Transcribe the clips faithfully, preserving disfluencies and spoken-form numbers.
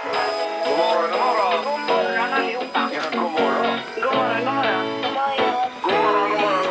God morgon, god morgon. God morgon allihopa. Ja, god morgon. God morgon, god morgon. God morgon, god morgon,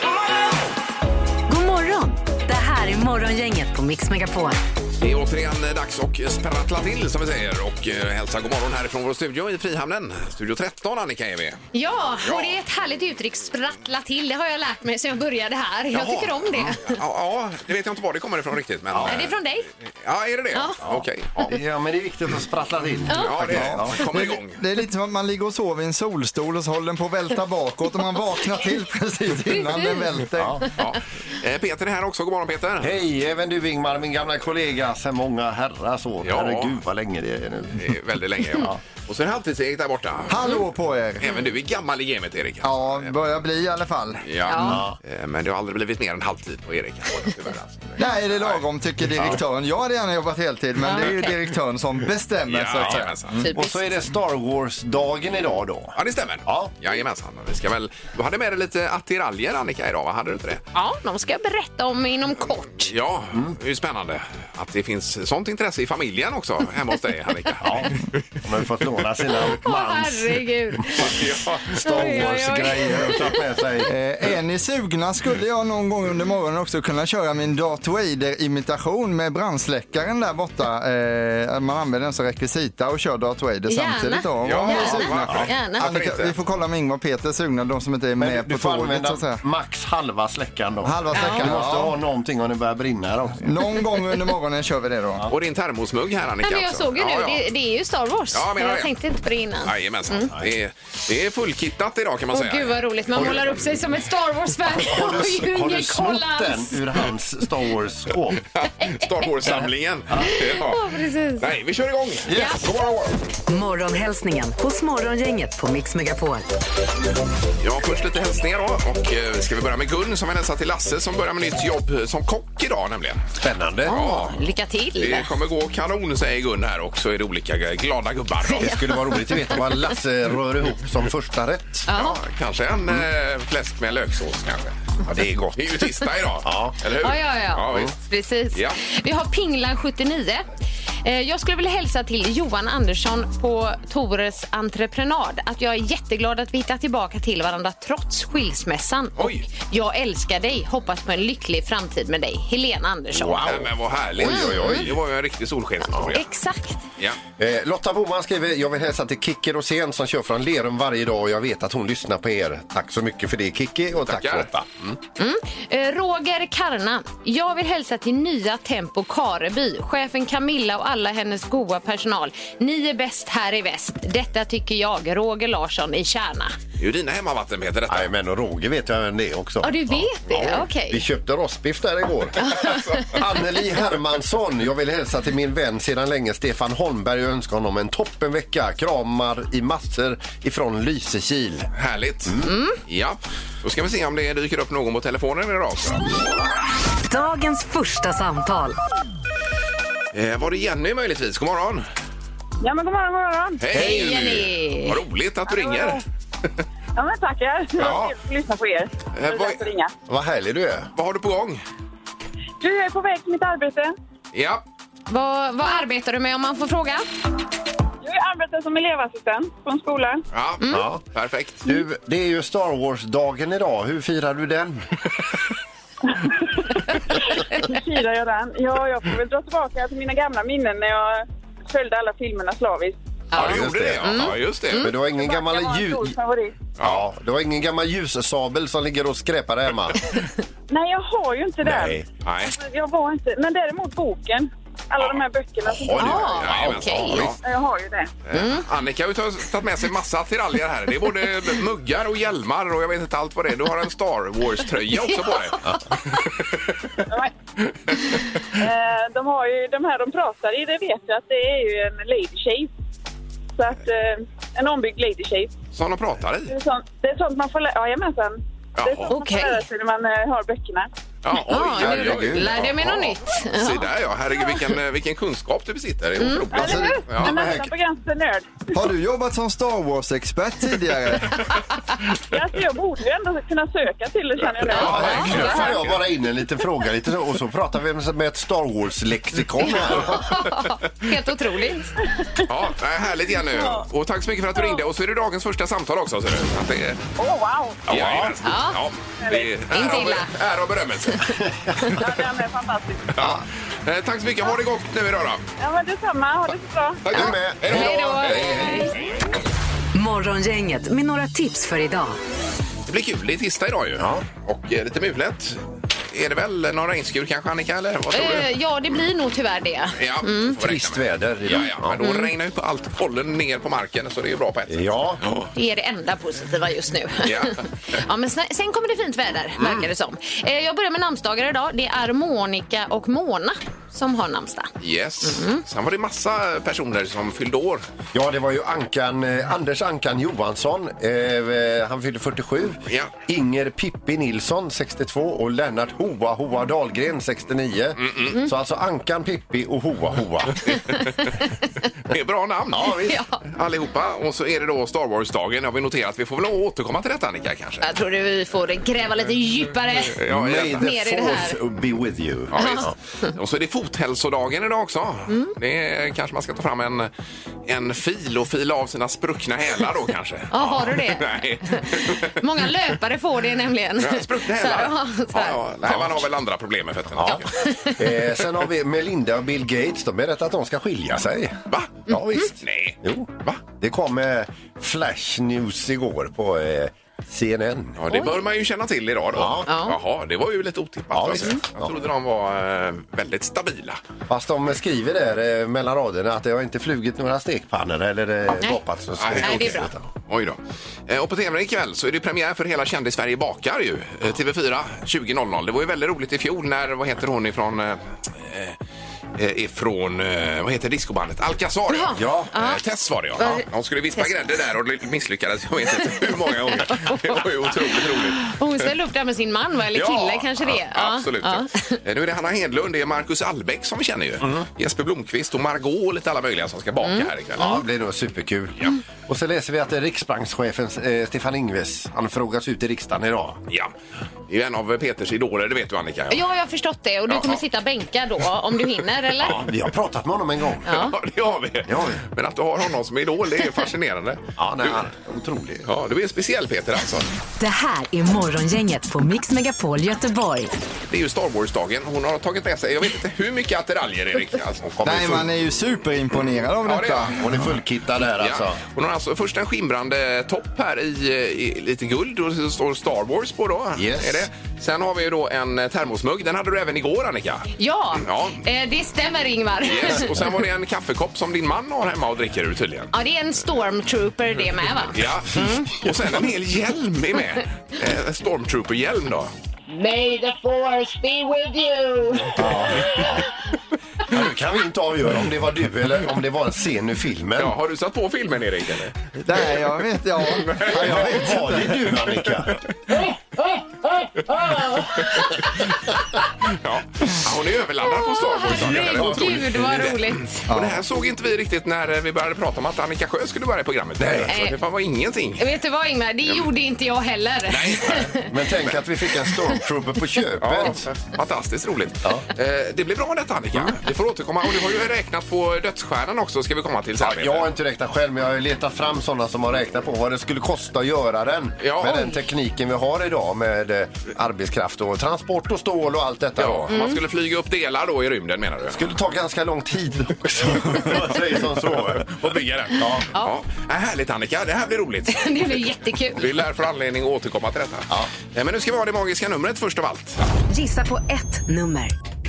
god morgon. God morgon. Det här är Morgongänget på Mix Megapol. Det är återigen dags att sprattla till som vi säger och eh, hälsa god morgon härifrån vår studio i Frihamnen. Studio tretton, Annika är vi. Ja, Ja. och det är ett härligt uttryck, sprattla till. Det har jag lärt mig sedan jag började här. Jag Jaha. tycker om det. Ja, ja, det vet jag inte var det kommer ifrån riktigt. Men, Nej, det är från dig. Ja, är det det? Ja. Okej. Ja. Ja, men det är viktigt att sprattla till. Ja, det kommer igång. Det är lite som att man ligger och sover i en solstol och så håller den på att välta bakåt och man vaknar till precis innan den välter. Ja. Ja. Eh, Peter är här också. God morgon, Peter. Hej, även du Ingmar, min gamla kollega sen många herrars år. Ja. Herregud vad länge det är nu. Det är väldigt länge, ja. Och så är det halvtids-Erik där borta. Hallå på er! Även du är gammal i gamet, Erik. Ja, börjar bli i alla fall. Ja. Eh, Men det har aldrig blivit mer än halvtid på Erik. Nej, det är lagom tycker direktören. Jag hade gärna jobbat heltid, men det är ju direktören som bestämmer så att säga. Jajamensan. Och så är det Star Wars-dagen idag då. Ja, det stämmer. Ja. Jajamensan. Vi ska väl... Du hade med dig lite attiraljer, Annika, idag. Vad hade du inte det? Ja, de ska jag berätta om inom kort. Ja, det är ju spännande att det finns sånt intresse i familjen också hemma hos dig, Annika. Ja, de har ju fått låna sina Åh, mans herregud. Ja. Star Wars-grejer och tagit med sig. Eh, är ni sugna skulle jag någon gång under morgonen också kunna köra min Darth Vader-imitation med brandsläckaren där borta. Eh, man använder den som rekvisita och kör Darth Vader Gärna. samtidigt. Då. Ja, Om ni är ja, sugna. varför? Gärna. Varför inte? Vi får kolla med Ingvar och Peter sugna, de som inte är Men med du på får tåget så att använda säga. max halva släckan då. Halva Du sträckan, måste ja. ha någonting om det börjar brinna här också. Någon gång under morgonen kör vi det då. Och din termosmugg här, Annika. Nej, men jag också. såg ju nu, Ja, ja. det, det är ju Star Wars. Ja, jag menar jag det. tänkte inte på det innan. Jajamensan. Det, är, det är fullkittat idag kan man Åh säga. gud vad roligt, man målar upp sig som ett Star Wars-fan. Har du, har du snott den Kollans. ur hans Star Wars-skåp? Star Wars-samlingen. Ja. Ja, precis. Nej, vi kör igång. Yes. God morgon, god morgon. Morgonhälsningen hos Morgongänget på Mix Megapol. Ja, först lite hälsningar då. Och eh, ska vi börja med Gun som vill hälsa till Lasse som börjar med nytt jobb som kock idag nämligen. Spännande. Ja. Lycka till. Det kommer gå kanon, säger Gun här, och så är det olika glada gubbar. Det skulle vara roligt att veta vad Lasse rör ihop som första rätt. Ja, kanske en eh, fläsk med löksås kanske. Ja, det är gott. Det är ju tisdag idag, Ja. eller hur? Ja, ja, ja. ja visst. Precis. Ja. Vi har Pinglan sjuttionio. Eh, Jag skulle vilja hälsa till Johan Andersson på Tores entreprenad att jag är jätteglad att vi hittar tillbaka till varandra trots skilsmässan. Oj. Och jag älskar dig. Hoppas på en lycklig framtid med dig. Helena Andersson. Wow, men vad härligt. Oj, oj, oj. Det var ju en riktig solskenshistoria. Exakt. Ja. Eh, Lotta Boman skriver, jag vill hälsa till Kikki Rosén som kör från Lerum varje dag och jag vet att hon lyssnar på er. Tack så mycket för det, Kikki, och tack Tackar. Lotta. Mm. Eh, Roger Karna. Jag vill hälsa till nya Tempo Kareby. Chefen Camilla och alla hennes goda personal. Ni är bäst här i väst. Detta tycker jag, Roger Larsson i Kärna. Det är ju dina hemmavatten, Peter, detta. Nej, men och Roger vet jag vem det är också. Ja, du vet det? Ja. Okej. Vi köpte rostbiff där igår. Anneli Hermansson, jag vill hälsa till min vän sedan länge Stefan Holmberg och önska honom en toppenvecka. Kramar i massor ifrån Lysekil. Härligt. Mm. Ja, då ska vi se om det dyker upp någon på telefonen idag också. Dagens första samtal. Eh, var det Jenny möjligtvis? God morgon. Ja, men god morgon, god morgon. Hej, Hej, Jenny. Vad roligt att du ringer. Ja, men tackar. Ja. Jag vill lyssna på er. Det är vad- lätt att ringa. Vad härlig du är. Vad har du på gång? Du, jag är på väg till mitt arbete. Ja, Vad, vad arbetar du med om man får fråga? Jag arbetar som elevassistent på en skola. ja. Ja. Perfekt. Du, det är ju Star Wars-dagen idag. Hur firar du den? Hur firar jag den? Ja, jag får väl dra tillbaka till mina gamla minnen när jag följde alla filmerna slaviskt. Ja, du just gjorde det. det. Ja, ja just det. Men du har ingen gammal Jag var en stor ljus... favorit. Ja, du har ingen gammal ljussabel som ligger och skräpar hemma. Nej, jag har ju inte den. Nej. Nej. Jag var inte. Men däremot boken. Alla de här böckerna. Som Har du? Ah, Jajamensan. okej. Ja. Ja, jag har ju det. Eh, Annika har ju tagit med sig massa attiraljer här. Det är både muggar och hjälmar och jag vet inte allt vad det är. Du har en Star Wars-tröja också på dig. Ja, men, eh, de har ju, de här de pratar i, det vet jag att det är ju en lady shave. Så att, eh, en ombyggd lady shave. Som de pratar Det i. är sånt, det är sånt man får lära, ja, jajamensan. Det är sånt man Okej. får lära sig när man eh, har böckerna. Ja, oj, Ja, nu herregud. lärde jag mig något nytt. Se där ja, herregud vilken, vilken kunskap du besitter. Det är otroligt. Eller hur? Ja. Men nästan på gränsen till nörd. Har du jobbat som Star Wars-expert tidigare? Alltså, jag borde ju ändå kunna söka till det, känner jag nu. Ja, här knuffar jag bara in en liten fråga lite så, och så pratar vi med ett Star Wars-lexikon här. Helt otroligt. Ja, härligt igen nu. Och tack så mycket för att du ringde. Och så är det dagens första samtal också. Så det, att det är, Åh, wow! ja, ja. Ja, det är Inte ära och- illa. ära och berömmelse. Ja, den är fantastisk. Ja. Eh, Tack så mycket. Ha det gott nu idag då. Ja, men detsamma. Ha det så bra. Tack Du med. Hej då. Hej då. Morgongänget med några tips för idag. Det blir kul. Det är tisdag idag ju. Ja. Och eh, lite mulet. Är det väl någon regnskur kanske, Annika? Eller vad tror Eh, du? ja, det blir nog tyvärr det. Ja, får vi räkna Trist med. väder Ja, idag. ja, men då regnar ju på allt pollen ner på marken så det är ju bra på ett sätt. Ja. Det är det enda positiva just nu. Ja. Ja, men sen, sen kommer det fint väder, verkar det som. Eh, jag börjar med namnsdagar idag. Det är Monica och Mona som har namnsdag. Yes. Sen var det massa personer som fyllde år. Ja, det var ju Ankan, eh, Anders Ankan Johansson. Eh, han fyllde fyrtiosju. Ja. Inger Pippi Nilsson, sextiotvå. Och Lennart Hoa Hoa Dahlgren, sextionio. Så alltså Ankan, Pippi och Hoa Hoa. Det är bra namn. Ja, visst. Ja. Allihopa. Och så är det då Star Wars-dagen. Har vi noterat. Vi får väl återkomma till detta, Annika, kanske. Jag tror vi får gräva lite djupare. Ja, May gärna. the Ner i det här. fourth be with you. Ja, visst. Och så är det fothälsodagen idag också. Det är, kanske man ska ta fram en, en fil och fila av sina spruckna hälar då kanske. Ja, har du det? Nej. Många löpare får det nämligen. Ja, spruckna Så här, hälar. ja, så Ja, här. ja. Nej, man har väl andra problem med fötterna. Ja. tycker jag. Eh, sen har vi Melinda och Bill Gates. De berättar att de ska skilja sig. Va? Ja, visst. Nej. Jo. Va? Det kom eh, flash news igår på eh, C N N. Ja, det bör man ju känna till idag då. Ja. Jaha, det var ju lite otippat. Ja, alltså. visst. Jag trodde de var eh, väldigt stabila. Fast de skriver där eh, mellan raderna att det har inte flugit några stekpannor eller eh, Nej. gapats. och så. Nej, Nej, det är bra. Oj då. Eh, Och på T V ikväll så är det premiär för Hela Kändis-Sverige bakar ju. Eh, T V fyra tjugo noll noll. Det var ju väldigt roligt i fjol när, vad heter hon ifrån... Eh, eh, ifrån, eh, vad heter discobandet? Alcazar. Ja. Ja. Eh, Tess var det, ja. ja. De skulle vispa Tess. grädde där och misslyckades. Jag vet inte hur många gånger. Det var ju otroligt roligt. Hon ställde upp där med sin man, va? Eller kille kanske det är. Ja, absolut. Ja. Ja. Eh, Nu är det Hanna Hedlund, det är Marcus Albeck som vi känner ju. Jesper Blomqvist och Margot och lite alla möjliga som ska baka här ikväll. Ja, det blir nog superkul. Ja. Och så läser vi att eh, riksbankschefen eh, Stefan Ingves, han frågas ut i riksdagen idag. Ja. Det är ju en av Peters idoler, det vet du, Annika. Ja, jag har förstått det. Och du Ja. kommer sitta bänkad då, om du hinner, eller? Ja, vi har pratat med honom en gång. Ja, det har vi. Det har vi. Men att du har honom som idol, det är fascinerande. Ja, nej, han är otrolig. Ja, du är speciell, Peter, alltså. Det här är Morgongänget på Mix Megapol Göteborg. Det är ju Star Wars-dagen. Hon har tagit med sig, jag vet inte hur mycket attiraljer, Erik. Alltså, hon kommer Nej, full- man är ju superimponerad av Ja, det är detta. han. Hon är fullkittad där alltså. Ja. Hon har alltså först en skimrande topp här i, i lite guld och det står Star Wars på då. Yes. Är det? Sen har vi ju då en termosmugg. Den hade du även igår, Annika. Ja, Ja. Eh, det stämmer, Ingvar. Yes. Och sen var det en kaffekopp som din man har hemma och dricker ur tydligen. Ja, det är en stormtrooper det med, va? Ja. Och sen en hel hjälm är med. Eh, Stormtrooper-hjälm då. May the force be with you! Ja, nu kan vi inte avgöra om det var du eller om det var en scen i filmen. Ja, har du satt på filmen, Erik? Eller? Nej, jag vet, ja. ja jag vet Var det du, Annika? Ja. Ja, hon är överladdad på Star Wars. Annika. Det var otroligt. Gud, vad roligt. Och det här såg inte vi riktigt när vi började prata om att Annika Sjö skulle börja i programmet. Nej. Så det fan var ingenting. Vet du vad, Ingvar? Det gjorde inte jag heller. Nej. Men tänk att vi fick en stormtrooper på Ja, köpet. fantastiskt roligt. Eh, det blir bra detta, Annika. Vi får återkomma. Och du har ju räknat på Dödsstjärnan också, ska vi komma till sen. Ja, jag har inte räknat själv, men jag har letat fram sådana som har räknat på vad det skulle kosta att göra den. Ja. Med den tekniken vi har idag med eh, arbetskraft och transport och stål och allt detta. Ja, då. man skulle flyga upp delar då i rymden, menar du? Det skulle ta ganska lång tid också. Man säger som så. Och bygga den. Ja. Ja. Ja, härligt, Annika. Det här blir roligt. Det blir jättekul. Vi lär för anledning att återkomma till detta. Ja. Eh, Men nu ska vi ha det magiska numret först av allt. Gissa på ett nummer.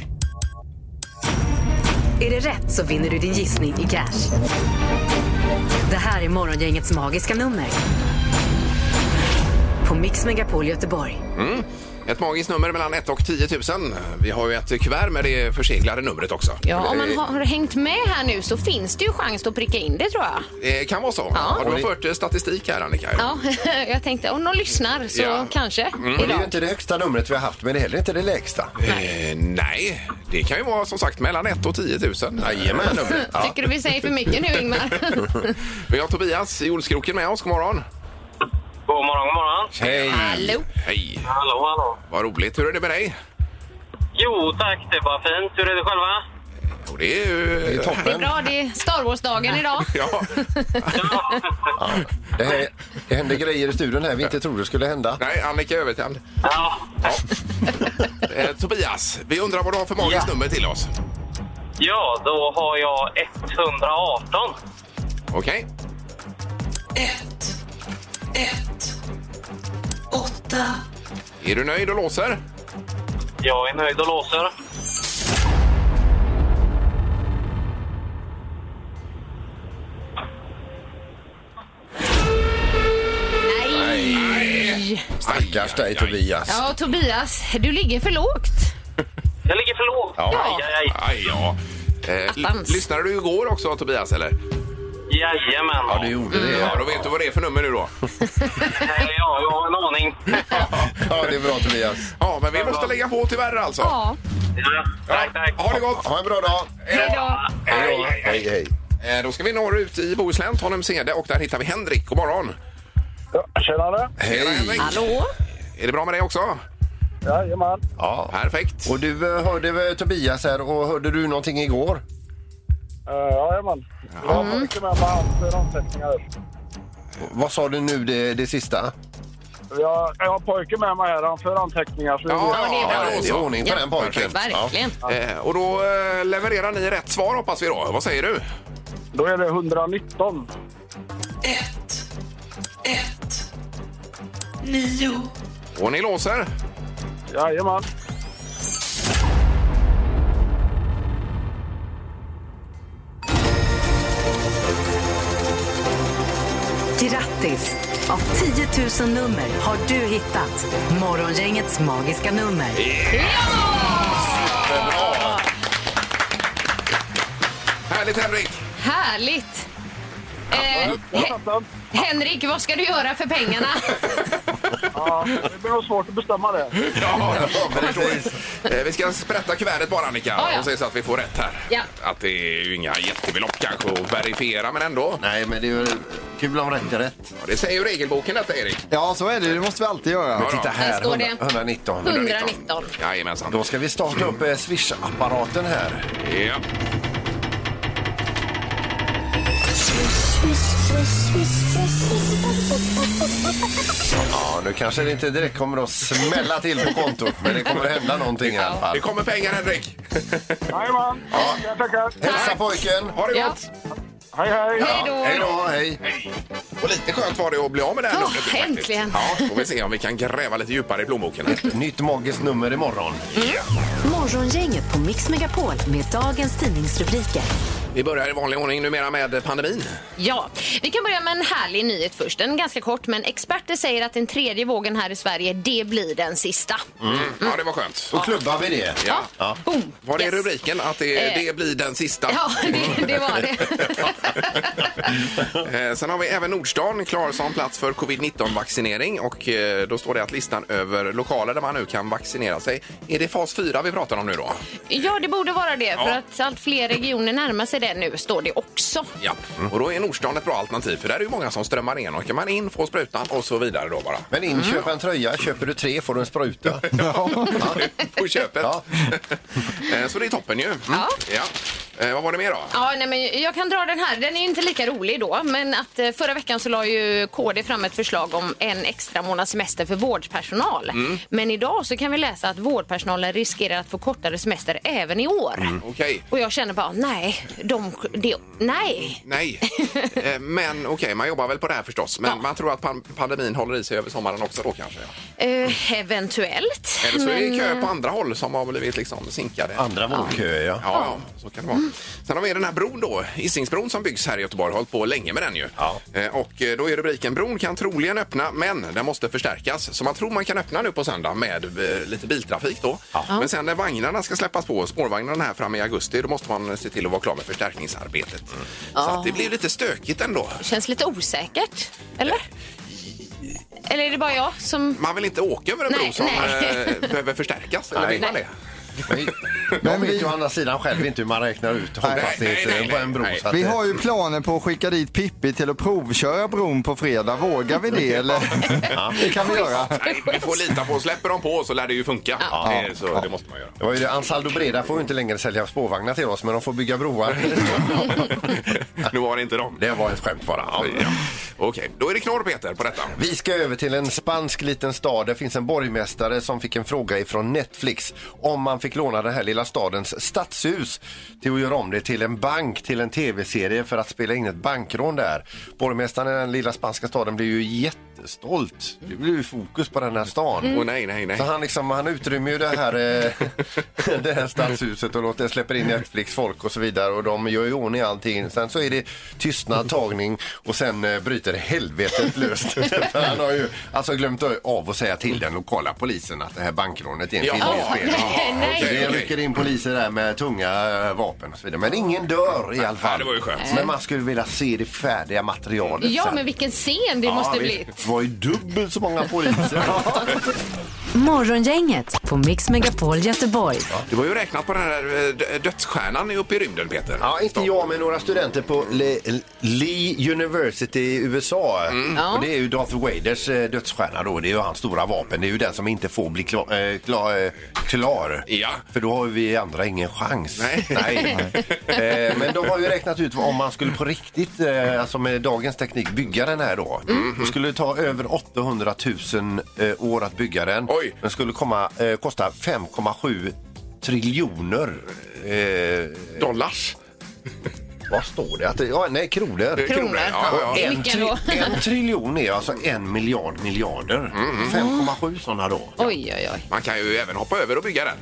Är det rätt så vinner du din gissning i cash. Det här är Morgongängets magiska nummer. På Mix Megapol Göteborg. Ett magiskt nummer mellan ett och tio tusen. Vi har ju ett kuvert med det förseglade numret också. Ja, om man har hängt med här nu så finns det ju chans att pricka in det, tror jag. Det kan vara så. Ja. Har du fört statistik här, Annika? Ja, jag tänkte om någon lyssnar så Ja. kanske Mm. Det är ju idag. inte det högsta numret vi har haft, men det är heller inte det lägsta. Eh, nej, det kan ju vara som sagt mellan ett och tio tusen. Jajamän. Ja. Tycker du vi säger för mycket nu, Ingmar? Vi har Tobias i Olskroken med oss. God morgon. God morgon, god morgon. Hej. Hallå? Hej. Hallå, hallå. Vad roligt. Hur är det med dig? Jo, tack. Det var fint. Hur är det själva? Jo, det är ju... Det är Det är toppen. bra, det är Star Wars-dagen idag. Ja. Ja. Det, här, det händer grejer i studion här vi inte trodde skulle hända. Nej, Annika är övertänd. Ja. Eh, Tobias, vi undrar vad du har för magiskt Ja. nummer till oss. Ja, då har jag etthundraarton. Okej. Ett, ett, åtta. Är du nöjd och låser? Jag är nöjd och låser. Nej! Stackars dig Tobias. Ja, Tobias, du ligger för lågt. Jag ligger för lågt. Ja. Aj, aj, aj. Aj, ja. Eh, l- Attans. lyssnade du igår också, Tobias, eller? Jajamän. Ja, du gjorde det. Ja, då vet du vad det är för nummer nu då. Eh, Ja, jag har en aning. Ja, det är bra Tobias. Ja, men vi måste lägga på tyvärr alltså. Ja, Ja, tack, tack. Ha det gott. Ha en bra dag. hej då. Hej, hej, hej. Eh, då ska vi norrut i Bohuslän, Tanumshede, och där hittar vi Henrik. God morgon. Tjenare! Tjena, Hej. Henrik. Hallå? Är det bra med dig också? Jajamän. Ja. Perfekt. Och du eh, hörde väl Tobias här och hörde du någonting igår? Uh, jajamän. Jag har mycket med mig hans omsättningar. Vad sa du nu det, det sista? Jag, jag har pojken med mig här. Han för anteckningar. Så Ja, Ja, det är bra. då Det är så. ordning på Ja, den pojken. verkligen. Eh, och då eh, levererar ni rätt svar, hoppas vi då. Vad säger du? Då är det etthundranitton. Ett, ett, nio. Och ni låser? Jajamän. Grattis! Av tio tusen nummer har du hittat Morgongängets magiska nummer. Härligt, Henrik. Härligt. Eh, He- Henrik, vad ska du göra för pengarna? Ja, det blir nog svårt att bestämma det. Ja, precis. Eh, vi ska sprätta kuvertet bara, Annika, Ja, ja. och se så att vi får rätt här. Ja. Att det är ju inga jättebelopp kanske att verifiera, men ändå. Nej, men det är ju kul om rätt är rätt. Ja, det säger ju regelboken detta, Erik. Ja, så är det. Det måste vi alltid göra. Ja, Titta Här här, står det. etthundranitton. etthundranitton. Jajamensan. Då ska vi starta upp eh, Swish-apparaten här. Ja. Ja, nu kanske det inte direkt kommer att smälla till på kontot, men det kommer att hända någonting i alla fall. Det kommer pengar, Henrik. Jajamän. Ja. Jag tackar. Hälsa pojken! Ha det Ja. gott. Hej, hej. Hej då. Hej då, hej! Och lite skönt var det att bli av med det här Ja, numret. faktiskt. äntligen. Ja, får vi se om vi kan gräva lite djupare i plånboken. Nytt magiskt nummer imorgon. Morgongänget på Mix Megapol med dagens tidningsrubriker. Vi börjar i vanlig ordning numera med pandemin. Ja, vi kan börja med en härlig nyhet först. En ganska kort, men experter säger att den tredje vågen här i Sverige, det blir den sista. Mm. Ja, det var skönt. Då klubbar vi det. Ja. Ja. Boom. Var det Yes. rubriken? Att det, Eh. det blir den sista? Ja, det, det var det. Eh, Sen har vi även Nordstan klar som plats för covid nitton-vaccinering. Och eh, då står det att listan över lokaler där man nu kan vaccinera sig. Är det fas fyra vi pratar om nu då? Ja, det borde vara det, för Ja. att allt fler regioner närmar sig det nu, står det också. Ja, och då är Nordstan ett bra alternativ. För där är ju många som strömmar in. Och kan man in, få sprutan och så vidare då bara. Men inköp en tröja, köper du tre får du en spruta. På köpet. Ja. Eh, Så det är toppen ju. Mm. Ja. Ja. Eh, vad var det mer då? Ja, nej, men jag kan dra den här. Den är ju inte lika rolig då, men att eh, förra veckan så la ju K D fram ett förslag om en extra månads semester för vårdpersonal. Mm. Men idag så kan vi läsa att vårdpersonalen riskerar att få kortare semester även i år. Okej. Och jag känner bara, nej, de, de, nej. Nej, Eh, men okej, man jobbar väl på det här förstås. Men Ja. man tror att pan- pandemin håller i sig över sommaren också då kanske. Ja. Eh, eventuellt. Eller så är det Men, kö på eh, andra håll som har blivit liksom sinkade. Andra vårdköer, ja. Ja, ja, så kan det vara. Sen har vi den här bron då, Hisingsbron som byggs här i Göteborg. Har hållit på länge med den ju. Ja. Eh, och eh, då är rubriken: bron kan troligen öppna, men den måste förstärkas. Så man tror man kan öppna nu på söndag med eh, lite biltrafik då. Ja. Men sen när vagnarna ska släppas på, spårvagnarna här fram i augusti, då måste man se till att vara klar med förstärkningsarbetet. Mm. Så att det blir lite stökigt ändå. Det känns lite osäkert, eller? Eller är det bara jag som... Man vill inte åka över en Nej, bro som nej. eh, behöver förstärkas, eller Nej. vill man det? Men jag vet ju å andra sidan själv inte hur man räknar ut hållfastigheter på en bro. nej. Så att Vi det- har ju planer på att skicka dit Pippi till att provköra bron på fredag. Vågar vi det eller? Det kan vi göra. Nej, vi får lita på, släpper de på så lär det ju funka. Det, är- så det måste man göra. Det var ju det, Ansaldo Breda får ju inte längre sälja spårvagnar till oss, men de får bygga broar. Nu var det inte dem. Det var ett skämt bara. Ja. Ja. Okej, då är det knorr Peter på detta. Vi ska över till en spansk liten stad. Det finns en borgmästare som fick en fråga ifrån Netflix om man fick låna den här lilla stadens stadshus till att göra om det till en bank, till en tv-serie för att spela in ett bankrån där. Borgmästaren i den lilla spanska staden blev ju jättestolt. Det blev ju fokus på den här stan. Mm. Oh, nej, nej, nej. Så han, liksom, han utrymmer ju det här, eh, det här stadshuset och låter släpper in Netflix folk och så vidare, och de gör ju ordning i allting. Sen så är det tystnad, tagning och sen eh, bryter helvetet löst. För han har ju alltså glömt av att säga till den lokala polisen att det här bankrånet är en Ja. filminspelning. Nej, nej. Så det rycker in poliser där med tunga eh, vapen och så vidare. Men ingen dör i alla fall. Ja, det var ju skönt. Men man skulle vilja se det färdiga materialet Ja, sen. men vilken scen det måste vi- bli. Det var ju dubbelt så många poliser. Morgongänget på Mix Megapol Göteborg. Du var ju räknat på den här eh, d- dödsstjärnan uppe i rymden, Peter. Ja, inte jag, men några studenter på Le- Lee University i U S A. Ja. Och det är ju Darth Vaders eh, dödsstjärna då. Det är ju hans stora vapen. Det är ju den som inte får bli klar. Eh, klar, eh, klar. Ja. För då har vi andra ingen chans. Nej. Nej. eh, men de har ju räknat ut vad om man skulle på riktigt, eh, alltså med dagens teknik, bygga den här då. Mm. Då skulle det ta över åttahundratusen eh, år att bygga den. Oj. Den skulle komma, eh, kosta fem komma sju triljoner eh, Dollars. vad står det? Att det ja, nej, kronor. Kronor. Ja, ja, ja. En, Mycket då. tri- en triljon är alltså en miljard miljarder. fem komma sju sådana då. Oj, oj, oj. Man kan ju även hoppa över och bygga den.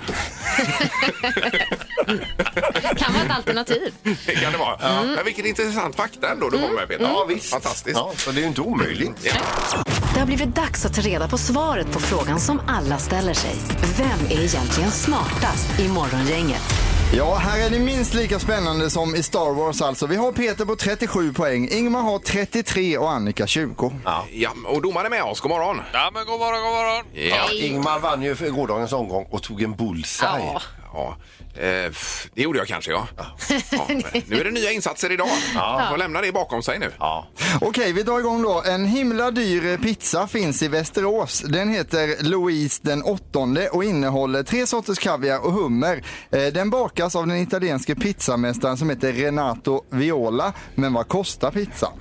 Kan vara ett alternativ. Det kan det vara. Men vilken intressant fakta ändå du kommer med, Peter. Ja, visst. Fantastiskt. Ja, så det är ju inte omöjligt. Ja. Det har blivit dags att ta reda på svaret på frågan som alla ställer sig. Vem är egentligen smartast i Morgongänget? Ja, här är det minst lika spännande som i Star Wars alltså. Vi har Peter på trettiosju poäng, Ingmar har trettiotre och Annika tjugo. Ja. Ja, och domaren är med oss. God morgon. Ja, men god morgon, god morgon. Ja. Ingmar vann ju för gårdagens omgång och tog en bullseye. Ja. Ja, eh, pff, det gjorde jag kanske, ja. Ja, men nu är det nya insatser idag. Ja. Får lämna det bakom sig nu. Ja. Okej, vi drar igång då. En himla dyr pizza finns i Västerås. Den heter Louise den åttonde och innehåller tre sorters kaviar och hummer. Eh, Den bakas av den italienske pizzamästaren som heter Renato Viola. Men vad kostar pizza?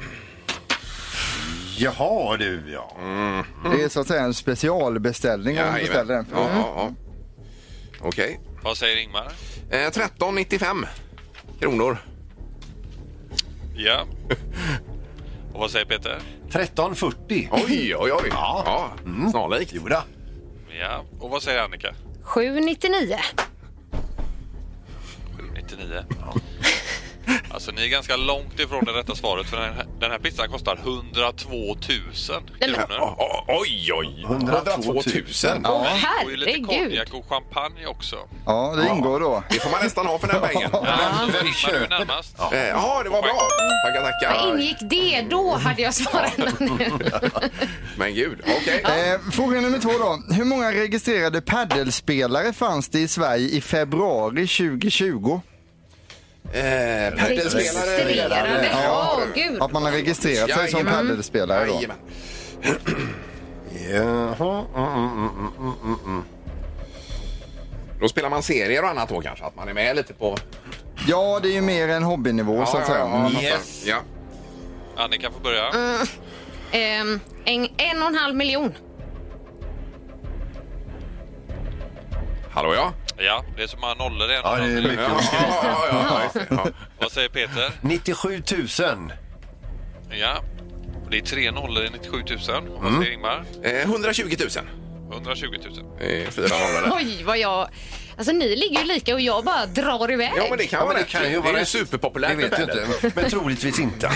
Jaha du, ja. Mm. Det är så att säga en specialbeställning om du beställer den. Ja, ja, ja. Okej. Vad säger Ingmar? Eh, tretton nittiofem kronor. Ja. Och vad säger Peter? tretton fyrtio. Oj, oj, oj. Ja. Ja, snarlikt. Jo då. Ja. Och vad säger Annika? sju nittionio. sju nittionio. Alltså ni är ganska långt ifrån det rätta svaret, för den här, den här pizzan kostar hundratvå tusen Nej, men- kronor. O- o- Oj, oj. hundratvå tusen. Åh, Ja, Och ju lite herregud. konjak och champagne också. Ja, det ingår då. det får man nästan ha för den här pengen. Ja, vem Ingmar, köper du är närmast. Ja, eh, jaha, det var bra. Tackar, Vad tackar. ingick det? Då hade jag svarat. Men gud, okej. Eh, fråga nummer två då. Hur många registrerade paddelspelare fanns det i Sverige i februari tjugohundratjugo? Eh, Paddelspelare. Registrerade. Ja, Åh, gud. Att man har registrerat sig som Jajamän. paddelspelare då. Jajamän. Jaha. Mm, mm, mm, mm, mm, mm. Då spelar man serier och annat då kanske, att man är med lite på... Ja, det är ju mer en hobbynivå så att säga. ja, ja. Yes. Ja. Annika får börja. Ehm, en, en och en halv miljon. Hallå, ja. Ja, det är som har nollor det. Ja, det är mycket. Ja, ja, ja, ja, just det. Ja. Vad säger Peter? nittiosju tusen. Ja. Och det är tre nollor i nittiosju tusen. Och vad säger Ingmar? Eh, hundratjugo tusen. hundratjugo tusen. Eh, fyra nollor. Oj, vad jag... Alltså ni ligger ju lika och jag bara drar iväg. Ja, men det kan Ja, vara men rätt. det kan ju Det är vara ju superpopulärt. Det vet med du padel. inte, men troligtvis inte.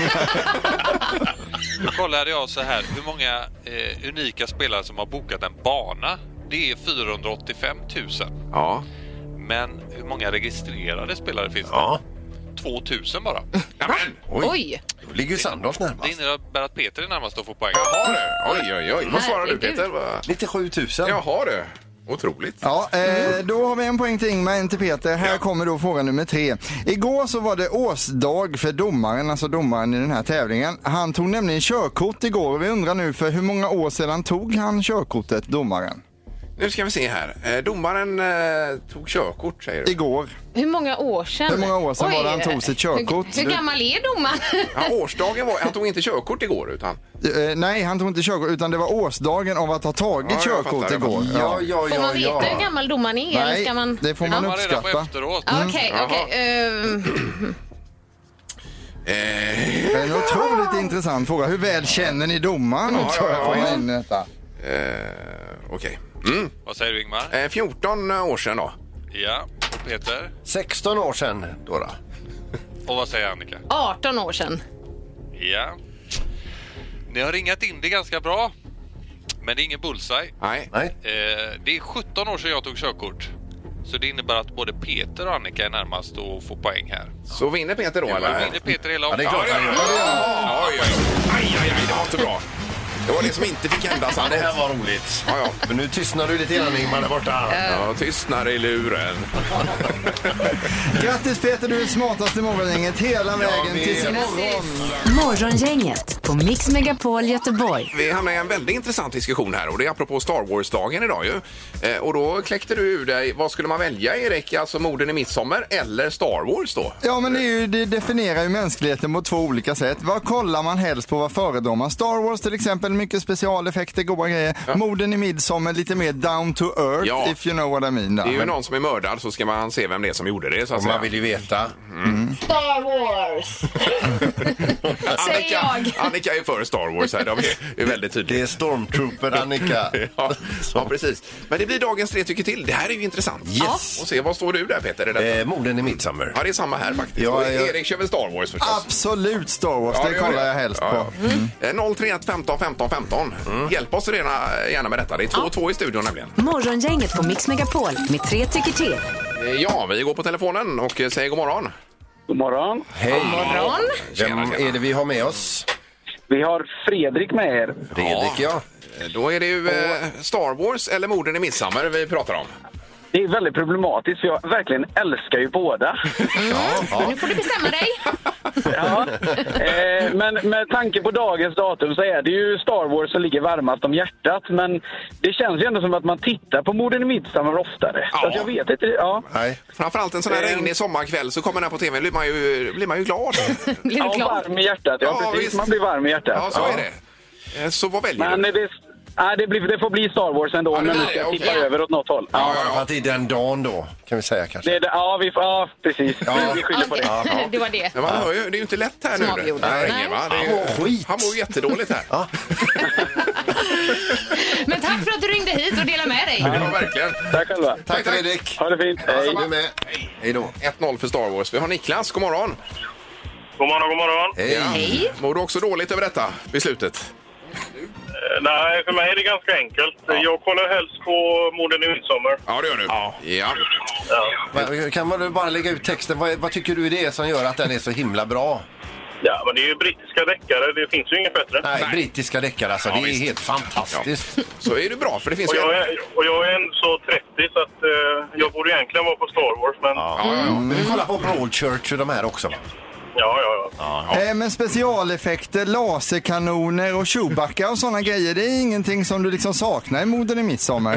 Nu kollade jag så här, hur många eh, unika spelare som har bokat en bana? Det är fyrahundraåttiofem tusen. Ja. Men hur många registrerade spelare finns det? Ja. två tusen bara. Amen. Oj. Oj. Då ligger ju Sandholt Det närmast. innebär att Peter är närmast att få poäng. Jaha du. Oj, oj, oj. Vad svarar du, Herregud. Peter? Va- nittiosju tusen. Jaha du. Otroligt. Ja, eh, då har vi en poäng till Ingmar, en till Peter. Här Ja. kommer då fråga nummer tre. Igår så var det årsdag för domaren, alltså domaren i den här tävlingen. Han tog nämligen körkort igår och vi undrar nu för hur många år sedan tog han körkortet, domaren? Nu ska vi se här. Eh, domaren eh, tog körkort, säger du. Igår. Hur många år sedan? Hur många år sedan Oj, var det han tog sitt körkort? Hur, hur gammal är domaren? Ja, årsdagen var... Han tog inte körkort igår, utan... Eh, nej, han tog inte körkort utan det var årsdagen av att ha tagit Ja, jag körkort fattar, jag igår. fattar. Ja, ja, Får ja, man veta hur ja. gammal domaren är? eller Nej, ska man... det får Han man var redan på uppskatta. efteråt. Okej, Jaha. okej. ehm, Eh, Det är en otroligt intressant fråga. Hur väl känner ni domaren också? ja, ja, ja. Får in detta. eh, Okej. Mm. Vad säger du, Ingmar? Eh, fjorton år sedan då. Ja. Och Peter? sexton år sedan då. då. Och vad säger Annika? arton år sedan. Ja. Ni har ringat in det ganska bra. Men det är ingen bullseye. Nej. Nej. Eh, det är sjutton år sedan jag tog körkort. Så det innebär att både Peter och Annika är närmast att få poäng här. Så vinner Peter då, Nu eller? vinner Peter hela Ja, det är omgången. klart han gör. Ja, oj, oj, oj. Aj, aj, aj, det var inte bra. Det var det som inte fick hända, Ja, det Sandholt. här var roligt. Ja, ja. Men nu tystnar du lite grann, Ingmar, där borta. Ja, tystnar i luren. Grattis Peter, du är smartast i morgongänget hela vägen vi- tills imorgon. Morgongänget på Mix Megapol Göteborg. Vi hamnar i en väldigt intressant diskussion här och det är apropå Star Wars-dagen idag ju. Eh, och då kläckte du ur dig, vad skulle man välja, Erik? Alltså morden i midsommar eller Star Wars då? Ja, men det, är ju, det definierar ju mänskligheten på två olika sätt. Vad kollar man helst på, vad föredrar man? Star Wars till exempel, mycket specialeffekter, goda grejer. Ja. Morden i midsommar, lite mer down to earth, Ja. if you know what I mean. Det är ju Men- någon som är mördad så ska man se vem det är som gjorde det, så att Och säga. man vill ju veta. Star Wars! Säger jag. Annika är för Star Wars här, det är väldigt Det tydligt. är Stormtrooper, Annika. Ja, ja, precis. Men det blir dagens tre tycker till. Det här är ju intressant. Yes. Och se, vad står du där, Peter? Är det Eh, morden i Midsommar. Ja, det är samma här faktiskt. Ja, Och ja. Erik kör väl Star Wars förstås? Absolut Star Wars, Ja, det gör kollar jag helst Ja, på. ja. Eh, noll tre ett femton femton femton. Hjälp oss gärna, gärna med detta. Det är två två i studion nämligen. Morgongänget på Mix Megapol med tre tycker till. Eh, Ja, vi går på telefonen och eh, säger god morgon. God morgon. Hej! Morgon. Tjena, Vem tjena. är det vi har med oss? Vi har Fredrik med er. Fredrik, ja. Eh, Då är det ju eh, Star Wars eller morden i midsommar vi pratar om. Det är väldigt problematiskt för jag verkligen älskar ju båda. Nu får du bestämma dig. Ja. Eh, men med tanke på dagens datum så är det ju Star Wars som ligger varmast om hjärtat. Men det känns ju ändå som att man tittar på morden i midsommar oftare. Ja. Så att jag vet inte. Ja. Nej. Framförallt en sån här Eh. regnig sommarkväll så kommer den här på tv, blir man ju, blir man ju glad. Blir du Ja, glad? varm i hjärtat. Ja, Ja, precis. visst. Man blir varm i hjärtat. Ja, så är det. Eh, Så vad väljer Men du? det, nej, det, blir, det får bli Star Wars ändå. Ja, det men blir nu ska det, jag tippa okej. över åt något håll. Ja, Ja, För att det är den dagen då, kan vi säga kanske. det, är det, ja, vi, ja precis. Ja. Vi skyller på det. Okej, det var det. Men man hör ju, det är ju inte lätt här Som nu. avgjorde. Nej, Nej. va? Det är ju, Ja, skit. han mår ju jättedåligt här. Ja, Men tack för att du ringde hit och delade med dig. verkligen. Tack själva. Tack Fredrik! Ha det fint. Hej. Du med. Hej då. ett noll för Star Wars. Vi har Niklas, god morgon. God morgon, god morgon. Hej! Hej. Mår du också dåligt över detta beslutet? Eh, Nej, för mig är det ganska enkelt. Jag kollar helst på morden i midsommar. Ja, det gör du. Ja. ja. Va- Kan man bara lägga ut texten? Vad, vad tycker du är det som gör att den är så himla bra? Ja, men det är ju brittiska deckare. Det finns ju inget bättre. Nej, Nej. brittiska deckare alltså. Ja, det är visst. helt fantastiskt. Så är det bra, för det finns Och ju... jag är, och jag är ändå så trettio så att eh, jag borde egentligen vara på Star Wars. Men ja, Ja. Men vi kollar på Broadchurch och de här också. ja, ja. Eh, Men specialeffekter, laserkanoner och Chewbacca och sådana grejer, det är ingenting som du liksom saknar i morden i midsommar.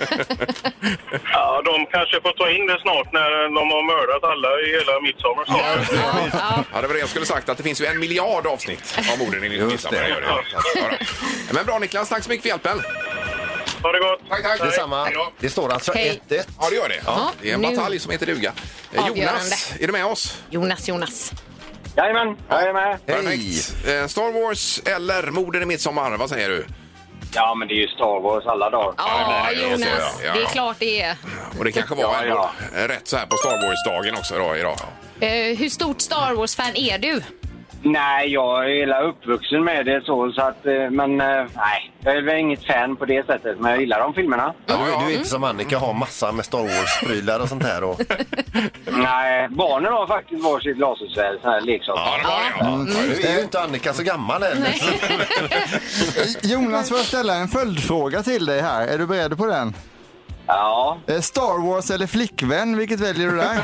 ja, de kanske får ta in det snart när de har mördat alla i hela midsommar. Så. Ja, det var det jag skulle sagt, att det finns ju en miljard avsnitt av morden i midsommar. det. Gör det. Ja, då. Men bra Niklas, tack så mycket för hjälpen. Ha det gott. Tack, tack. Detsamma. Hej då. Det står alltså Hej. ett ett. Ja, det gör det. Ja, Det är en nu- batalj som heter duga. Eh, Avgörande. Jonas, är du med oss? Jonas, Jonas. Jajamän, jag är med. Hej! Perfekt. Eh, Star Wars eller morden i midsommar, vad säger du? Ja, men det är ju Star Wars alla dagar. Ja, det är det. Jonas, Så, ja. det är klart det är. Och det kanske var Ja, ändå ja. rätt så här på Star Wars-dagen också då, idag. Eh, hur stort Star Wars-fan är du? Nej, jag är hela uppvuxen med det så, så att, eh, men eh, nej, jag är väl inget fan på det sättet, men jag gillar de filmerna. Ja, du, du är inte som Annika, har massa med Star Wars-prylar och sånt här. Och... Nej, barnen har faktiskt varsitt lasersvärd, sån här leksak. Ja, det var det. Ja. Mm. Nu är ju inte Annika så gammal än. Jonas, får jag ställa en följdfråga till dig här. Är du beredd på den? Ja. Eh, Star Wars eller flickvän, vilket väljer du där?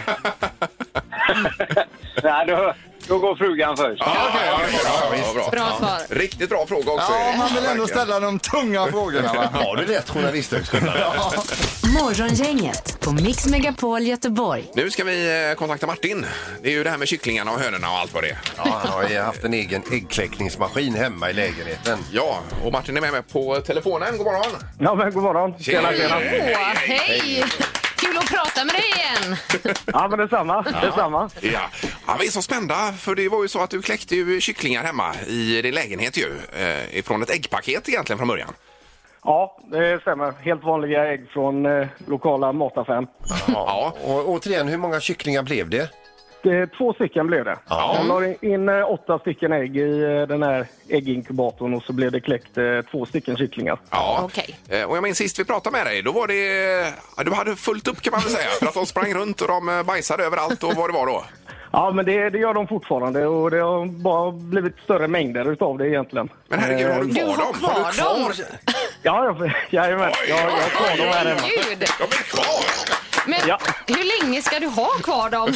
Nej, då, då går frugan först. Ja, okej, ja, ja, ja, bra. Bra svar. Riktigt bra fråga också. Ja, man vill ändå ställa de tunga frågorna, va? Har du rätt journalisthögskolan? Ja. Morgongänget på Mix Megapol Göteborg. Nu ska vi eh, kontakta Martin. Det är ju det här med kycklingarna och hönorna och allt vad det är. Ja, han har ju haft en egen äggkläckningsmaskin hemma i lägenheten. Ja, och Martin är med mig på telefonen. God morgon. Ja, men god morgon. Tjena, tjena. Åh, hej! Kul att prata med dig igen. Ja, men detsamma. detsamma. Ja. Ja, vi är så spända, för det var ju så att du kläckte ju kycklingar hemma i din lägenhet ju. Eh, ifrån ett äggpaket egentligen från början. Ja, det stämmer. Helt vanliga ägg från eh, lokala mataffären. Ja. Och återigen, hur många kycklingar blev det? Det, två stycken blev det. Ja. Jag la in eh, åtta stycken ägg i eh, den här ägginkubatorn och så blev det kläckt eh, två stycken kycklingar. Ja, Okej. Eh, och jag minns sist vi pratade med dig, då var det, ja, du hade fullt upp kan man väl säga, för att de sprang runt och de eh, bajsade överallt och vad det var då. Ja, men det, det gör de fortfarande och det har bara blivit större mängder utav det egentligen. Men herregud, har du Du kvar har dem? kvar Har du kvar? dem? Ja, jag, jajamän. Jag, jag har kvar dem här hemma. Gud. De är kvar! Men Ja. hur länge ska du ha kvar dem?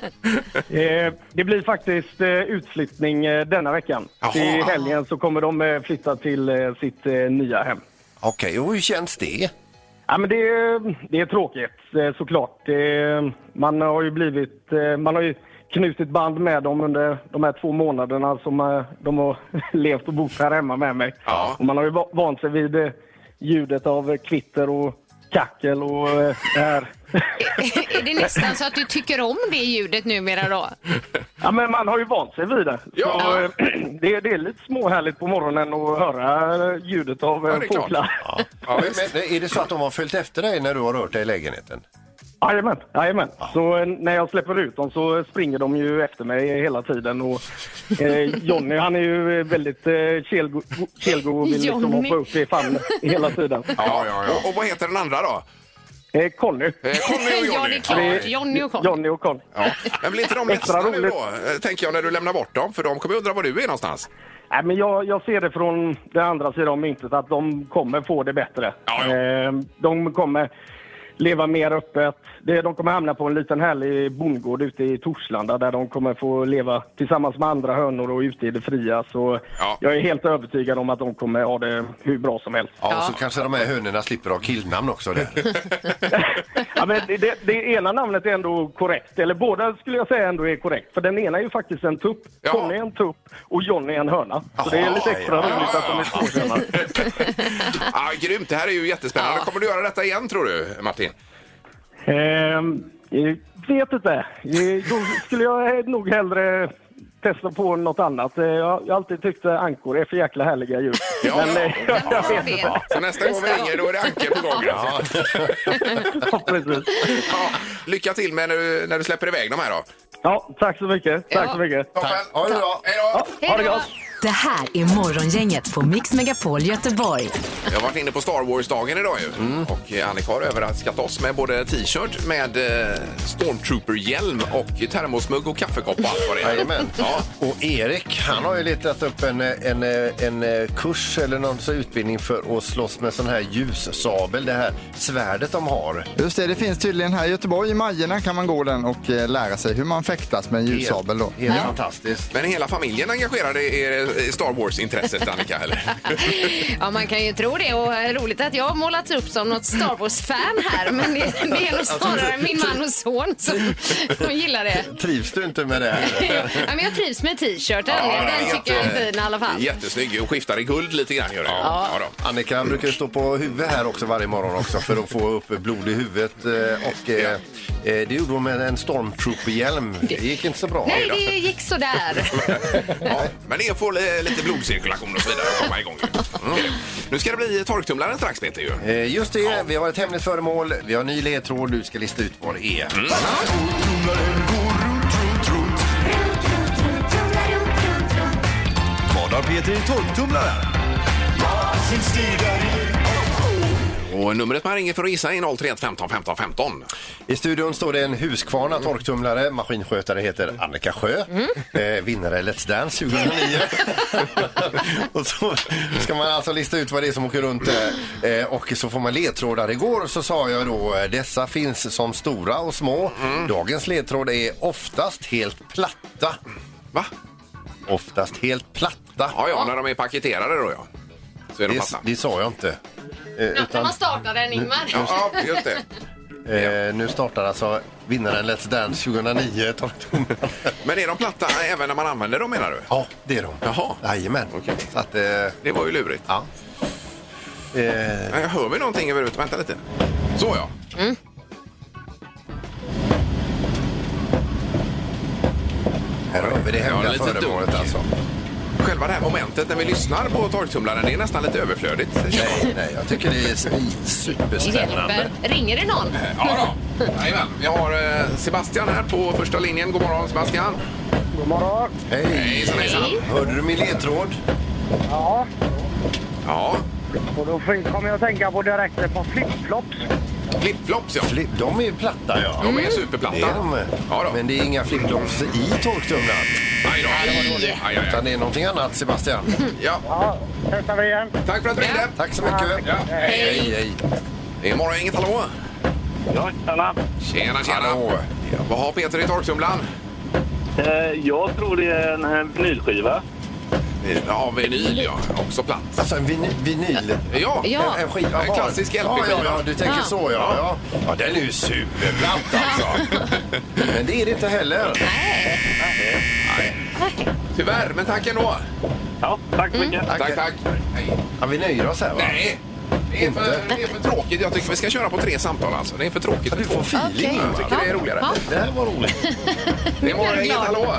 Eh, det blir faktiskt eh, utflyttning eh, denna veckan. Jaha. Till helgen så kommer de eh, flytta till eh, sitt eh, nya hem. Okej, och hur känns det? Ja, men det, är- det är tråkigt eh, såklart. Det, man har ju blivit, eh, man har ju knutit band med dem under de här två månaderna som eh, de har levt och bott här hemma med mig. Ja. Och man har ju va- vant sig vid eh, ljudet av eh, kvitter och kackel och eh, det här. Är det nästan så att du tycker om det ljudet numera då? Ja, men man har ju vant sig vid det. Ja. Så, eh, det, det är lite småhärligt på morgonen att höra eh, ljudet av eh, Ja, det är klart. fåglar. Ja. Ja, visst. Men, är det så att de har följt efter dig när du har rört dig i lägenheten? Jajamän, jajamän. Så eh, när jag släpper ut dem så springer de ju efter mig hela tiden. Och, eh, Johnny, han är ju väldigt eh, kelgo, kelgo och vill liksom Johnny. hoppa upp i famnen hela tiden. Ja, ja, ja. Och, och vad heter den andra då? Eh, Conny. Eh, Conny och Ja, det är Johnny. klart. Johnny och Conny. Johnny och Conny. Ja. Men blir inte de Extra ledsna nu roligt. då, eh, tänker jag, när du lämnar bort dem? För de kommer undra var du är någonstans. Nej, men jag, jag ser det från den andra sidan av myntet att de kommer få det bättre. Ja, ja. Eh, de kommer leva mer öppet. Det, de kommer hamna på en liten härlig bondgård ute i Torslanda där de kommer få leva tillsammans med andra hönor och ute i det fria. Så Ja. jag är helt övertygad om att de kommer ha det hur bra som helst. Ja, och så kanske de här hönorna slipper ha killnamn också där. Ja, men det, det, det ena namnet är ändå korrekt, eller båda skulle jag säga ändå är korrekt. För den ena är ju faktiskt en tupp, Ja. Conny är en tupp och Johnny är en höna. Så det är lite extra Ja, roligt att de är tvåkönade. Ah, grymt, det här är ju jättespännande. Kommer du göra detta igen tror du, Martin? Ehm, jag vet inte. Eh, Då skulle jag nog hellre testa på något annat. Eh, Jag har alltid tyckt att ankor är för jäkla härliga djur. Ja, Men ja. eh, jag vet inte. Så nästa gång vi ringer då är det Anke på gång. Ja. Ja, precis. Ja, lycka till med när du, när du släpper iväg de här då. Ja, tack så mycket. Tack Ja. så mycket. Toppen. Ha det bra. Hej då! Ha det gott. Det här är Morgongänget på Mix Megapol Göteborg. Jag har varit inne på Star Wars-dagen idag ju. Mm. Och eh, Annika har överraskat oss med både t-shirt med eh, Stormtrooper-hjälm och termosmugg och kaffekopp och allt vad det är. Jajamän. Ja. Och Erik, han har ju letat upp en, en, en, en kurs eller någon sån utbildning för att slåss med sån här ljussabel, det här svärdet de har. Just det, det finns tydligen här i Göteborg. I Majerna kan man gå den och eh, lära sig hur man fäktas med en ljussabel då. Helt, helt fantastiskt. Men är hela familjen engagerade i i Star Wars-intresset, Annika, eller? Ja, man kan ju tro det. Och roligt att jag har målats upp som något Star Wars-fan här. Men det, det är nog snarare min man och son som, som gillar det. Trivs du inte med det här? Ja, men jag trivs med t-shirten. Ja, Den jätte- tycker jag är fin i alla fall. Jättesnygg och skiftar i guld lite grann gör det. Ja. Ja, då. Annika brukar stå på huvudet här också varje morgon också för att få upp blod i huvudet. eh, Och eh, eh, det gjorde hon med en Stormtrooper-hjälm. Det gick inte så bra. Nej, det gick så där. Ja, men det får vi lite blodcirkulation och så vidare och komma igång. Mm. Nu ska det bli torktumlaren strax, Peter ju. Eh, just det, ja. Vi har ett hemligt föremål, vi har ny ledtråd, du ska lista ut vad det är. Mm. Vad har Peter i torktumlaren? Och numret man ringer för att gissa är noll tre ett femton femton femton. I studion står det en Husqvarna torktumlare. Maskinskötare heter Annika Sjö. Mm. Eh, vinnare Let's Dance tjugohundranio. Och så ska man alltså lista ut vad det är som åker runt eh, och så får man ledtrådar. Igår så sa jag då dessa finns som stora och små. Mm. Dagens ledtråd är oftast helt platta. Va? Oftast helt platta. Ja, ja, när de är paketerade då, ja. Så är de platta. Det, det sa jag inte. Eh, utan... man startar den, Ingmar. Ja, just det. Eh, nu startar alltså vinnaren Let's Dance tjugohundranio. Men är de platta även när man använder dem, menar du? Ja, det är de. Jaha. Jajamän. Okay. Så att, eh... det var ju lurigt. Ja. Eh... Jag hör vi någonting överhuvud. Vänta lite. Så ja. Mm. Här har vi det hemliga ja, föremålet alltså. Själva det här momentet när vi lyssnar på torktumlaren, det är nästan lite överflödigt. Nej, nej, jag tycker det är superspännande. Ringer det någon? Ja då. Jajamän. Vi har eh, Sebastian här på första linjen. God morgon, Sebastian. God morgon. Hej. Hejsan, hejsan. Hörde du min ledtråd? Ja. Ja. Och då kommer jag att tänka på direkt på flipflops. Flipflops, ja. Flip, de är ju platta, ja. De är superplatta. Det är de. Ja, då. Men det är inga flipflops i torktumlaren. Nej då. Aj, aj, aj. Utan det är någonting annat, Sebastian. Ja. Ja, testar vi igen. Tack för att du ringde. Tack så mycket. Ja. Hej, hej, hej. Det är morgon, inget hallå. Ja, tjena. Tjena, tjena. Hallå. Ja, vad har Peter i torktumlaren? Eh, jag tror det är en här vinylskiva. Ja, vinyl, ja. Också platt. Alltså en vin vinyl? Ja, ja. En, en skiva. En klassisk L Ja, P-skiva. ja, ja, du tänker Ja. så, ja. ja. Ja, den är ju superplatt alltså. Men det är det inte heller. Nej. Nej. Tyvärr, men tack ändå. Ja, tack så mycket. Tack, tack. tack. Hej. Ja, vi nöjer oss här, va? Nej, det är, för, det är för tråkigt. Jag tycker vi ska köra på tre samtal alltså. Det är för tråkigt. Ja, du får feeling. Okej. Jag tycker det är roligare. Ja. Det här var roligt. Det är morgon, inget glad. hallå.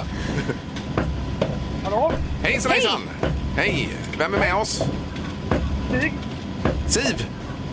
Hallå? Hej, så hejsan. Hej. Vem är med oss? Stig? Siv.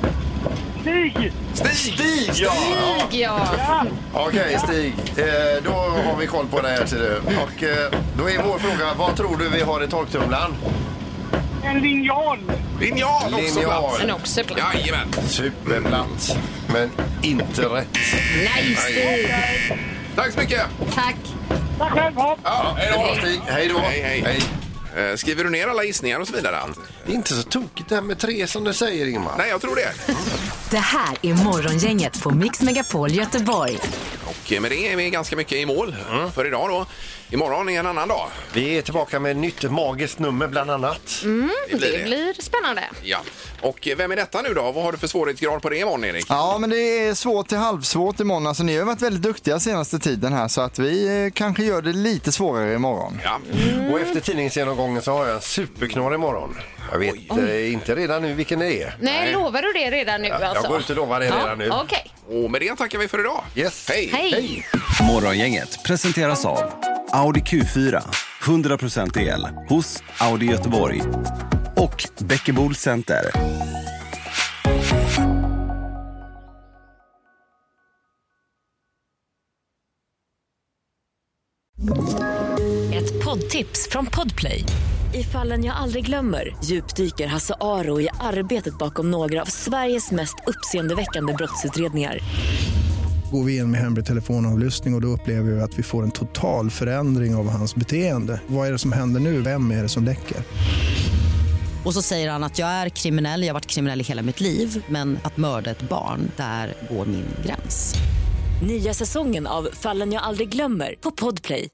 Stig! Stig. Stig, ja. Stig, ja. Okej, Stig. Eh, då har vi koll på det här, ser du. Och eh, då är vår fråga, vad tror du vi har i torktumlaren? En linjal! Linjal också Linjal. platt. Men också platt. Jajamän. Superplatt. Men inte rätt. Nej, Stig. Tack så mycket. Tack. Tack själv, hopp! Ja, hej Det är bra, då. Stig. Hej då. Hej, hej. Hej. Eh, Skriver du ner alla gissningar och så vidare? Det är inte så tokigt det här med tre som du säger, Ingmar. Nej, jag tror det. Det här är Morgongänget på Mix Megapol Göteborg. Och med det är vi ganska mycket i mål för idag då. Imorgon är en annan dag. Vi är tillbaka med ett nytt magiskt nummer bland annat. Mm, Det blir det det. blir spännande. Ja. Och vem är detta nu då? Vad har du för svårighetsgrad på det imorgon, Erik? Ja, men det är svårt till halvsvårt imorgon. Alltså, ni har varit väldigt duktiga senaste tiden här så att vi eh, kanske gör det lite svårare imorgon. Ja. Och efter tidningsgenomgången så har jag en superknorr imorgon. Jag vet eh, inte redan nu vilken det är. Nej, Nej. lovar du det redan nu alltså? Jag går ut och lovar det Ja, redan nu. Okej. Och med det tackar vi för idag. Yes. Hej! Hej. Morgongänget presenteras av Audi Q fyra, hundra procent el hos Audi Göteborg och Bäckebol Center. Ett poddtips från Podplay. I Fallen jag aldrig glömmer djupdyker Hasse Aro i arbetet bakom några av Sveriges mest uppseendeväckande brottsutredningar. Går vi in med hemlig telefonavlyssning och, och då upplever vi att vi får en total förändring av hans beteende. Vad är det som händer nu? Vem är det som läcker? Och så säger han att jag är kriminell, jag har varit kriminell i hela mitt liv. Men att mörda ett barn, där går min gräns. Nya säsongen av Fallen jag aldrig glömmer på Podplay.